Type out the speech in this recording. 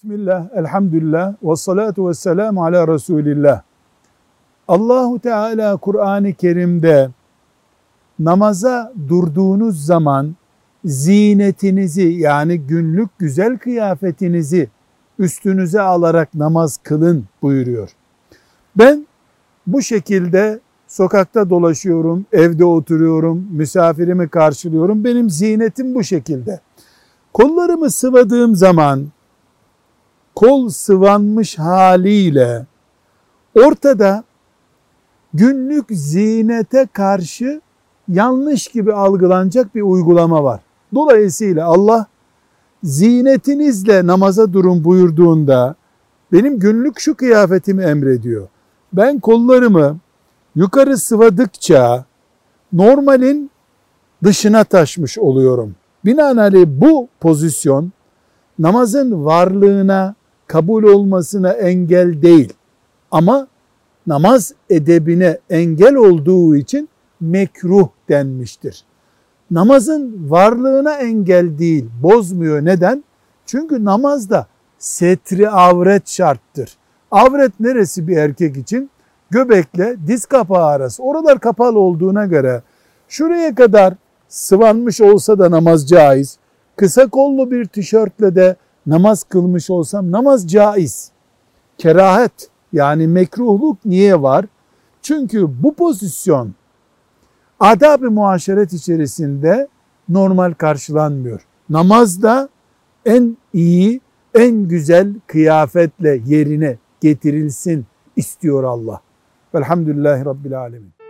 Bismillah, elhamdülillah, ve salatu ve selamu ala Resulillah. Allahu Teala Kur'an-ı Kerim'de namaza durduğunuz zaman zinetinizi, yani günlük güzel kıyafetinizi üstünüze alarak namaz kılın buyuruyor. Ben bu şekilde sokakta dolaşıyorum, evde oturuyorum, misafirimi karşılıyorum. Benim zinetim bu şekilde. Kollarımı sıvadığım zaman kol sıvanmış haliyle ortada günlük zinete karşı yanlış gibi algılanacak bir uygulama var. Dolayısıyla Allah zinetinizle namaza durun buyurduğunda benim günlük şu kıyafetimi emrediyor. Ben kollarımı yukarı sıvadıkça normalin dışına taşmış oluyorum. Binaenaleyh bu pozisyon namazın varlığına, kabul olmasına engel değil. Ama namaz edebine engel olduğu için mekruh denmiştir. Namazın varlığına engel değil, bozmuyor. Neden? Çünkü namazda setri avret şarttır. Avret neresi bir erkek için? Göbekle diz kapağı arası. Oralar kapalı olduğuna göre şuraya kadar sıvanmış olsa da namaz caiz. Kısa kollu bir tişörtle de namaz kılmış olsam namaz caiz. Kerahet, yani mekruhluk niye var? Çünkü bu pozisyon adab-ı muaşeret içerisinde normal karşılanmıyor. Namazda en iyi, en güzel kıyafetle yerine getirilsin istiyor Allah. Velhamdülillahi Rabbil Alemin.